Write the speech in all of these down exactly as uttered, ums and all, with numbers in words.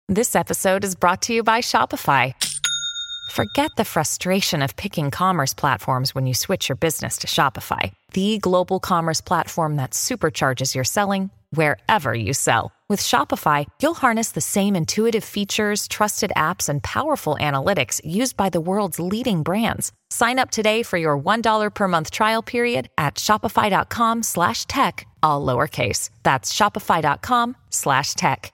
This episode is brought to you by Shopify. Forget the frustration of picking commerce platforms when you switch your business to Shopify, the global commerce platform that supercharges your selling wherever you sell. With Shopify, you'll harness the same intuitive features, trusted apps, and powerful analytics used by the world's leading brands. Sign up today for your one dollar per month trial period at shopify.com slash tech, all lowercase. That's shopify.com slash tech.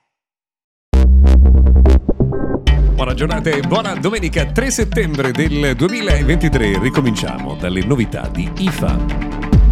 Buona giornata e buona domenica tre settembre del duemilaventitré. Ricominciamo dalle novità di I F A.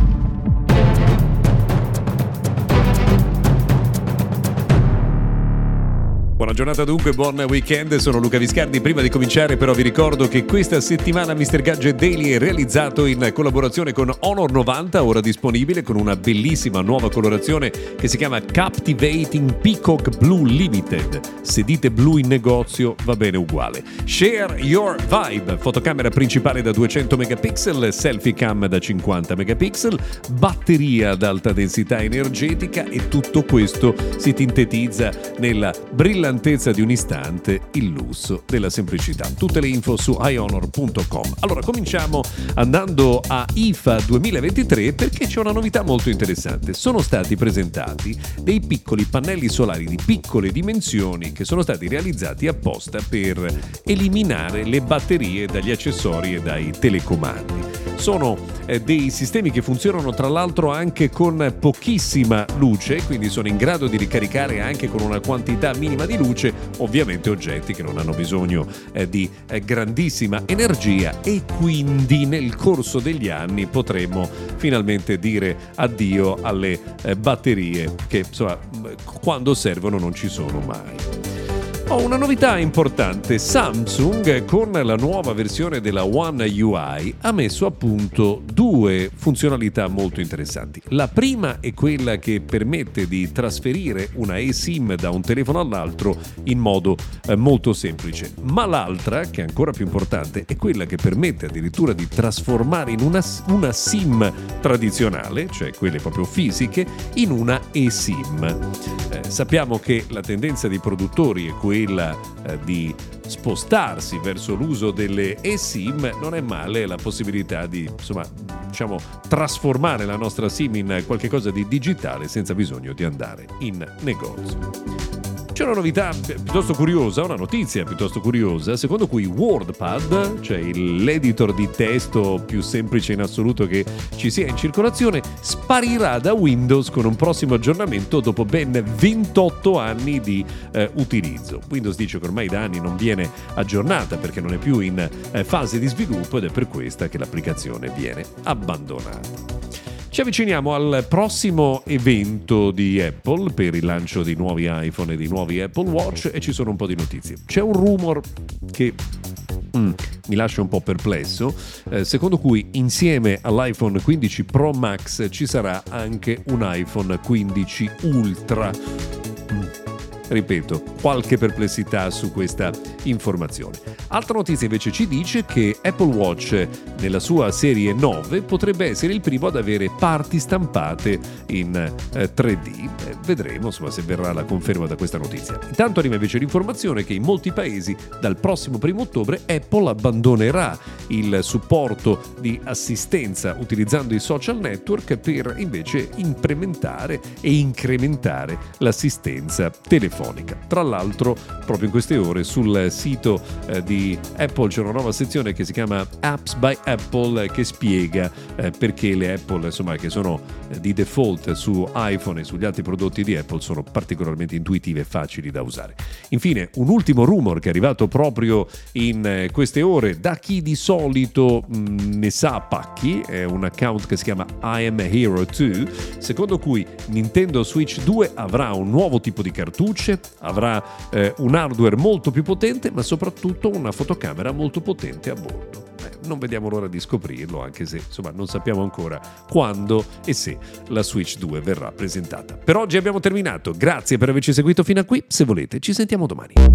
Buona giornata dunque, buon weekend, sono Luca Viscardi. Prima di cominciare però vi ricordo che questa settimana mister Gadget Daily è realizzato in collaborazione con Honor novanta, ora disponibile con una bellissima nuova colorazione che si chiama Captivating Peacock Blue Limited. Se dite blu in negozio va bene uguale. Share Your Vibe, fotocamera principale da duecento megapixel, selfie cam da cinquanta megapixel, batteria ad alta densità energetica e tutto questo si sintetizza nella brillantezza di un istante, il lusso della semplicità. Tutte le info su i honor punto com. Allora cominciamo andando a I F A duemilaventitré perché c'è una novità molto interessante. Sono stati presentati dei piccoli pannelli solari di piccole dimensioni che sono stati realizzati apposta per eliminare le batterie dagli accessori e dai telecomandi. Sono eh, dei sistemi che funzionano tra l'altro anche con pochissima luce, quindi sono in grado di ricaricare anche con una quantità minima di luce, ovviamente oggetti che non hanno bisogno eh, di eh, grandissima energia, e quindi nel corso degli anni potremo finalmente dire addio alle eh, batterie che insomma quando servono non ci sono mai. Ho una novità importante. Samsung con la nuova versione della One U I ha messo a punto due funzionalità molto interessanti. La prima è quella che permette di trasferire una eSIM da un telefono all'altro in modo eh, molto semplice, ma l'altra, che è ancora più importante, è quella che permette addirittura di trasformare in una, una SIM tradizionale, cioè quelle proprio fisiche, in una eSIM. Eh, sappiamo che la tendenza dei produttori è quella quella eh, di spostarsi verso l'uso delle eSIM. Non è male la possibilità di, insomma, diciamo, trasformare la nostra SIM in qualche cosa di digitale senza bisogno di andare in negozio. C'è una novità piuttosto curiosa, una notizia piuttosto curiosa, secondo cui WordPad, cioè l'editor di testo più semplice in assoluto che ci sia in circolazione, sparirà da Windows con un prossimo aggiornamento dopo ben ventotto anni di eh, utilizzo. Windows dice che ormai da anni non viene aggiornata perché non è più in eh, fase di sviluppo ed è per questa che l'applicazione viene abbandonata. Ci avviciniamo al prossimo evento di Apple per il lancio di nuovi iPhone e di nuovi Apple Watch e ci sono un po' di notizie. C'è un rumor che mm, mi lascia un po' perplesso, eh, secondo cui insieme all'iPhone quindici Pro Max ci sarà anche un iPhone quindici Ultra. Mm. Ripeto, qualche perplessità su questa informazione. Altra notizia invece ci dice che Apple Watch nella sua serie nove potrebbe essere il primo ad avere parti stampate in eh, tre D. Eh, vedremo insomma se verrà la conferma da questa notizia. Intanto arriva invece l'informazione che in molti paesi dal prossimo primo ottobre Apple abbandonerà il supporto di assistenza utilizzando i social network per invece implementare e incrementare l'assistenza telefonica. Tra l'altro, proprio in queste ore sul sito eh, di Apple c'è una nuova sezione che si chiama Apps by Apple che spiega eh, perché le Apple, insomma, che sono eh, di default su iPhone e sugli altri prodotti di Apple, sono particolarmente intuitive e facili da usare. Infine, un ultimo rumor che è arrivato proprio in eh, queste ore da chi di solito mh, ne sa pacchi, è un account che si chiama I Am a Hero due, secondo cui Nintendo Switch due avrà un nuovo tipo di cartucce, avrà eh, un hardware molto più potente, ma soprattutto una fotocamera molto potente a bordo. Eh, non vediamo l'ora di scoprirlo, anche se insomma non sappiamo ancora quando e se la Switch due verrà presentata. Per oggi abbiamo terminato, grazie per averci seguito fino a qui, se volete ci sentiamo domani.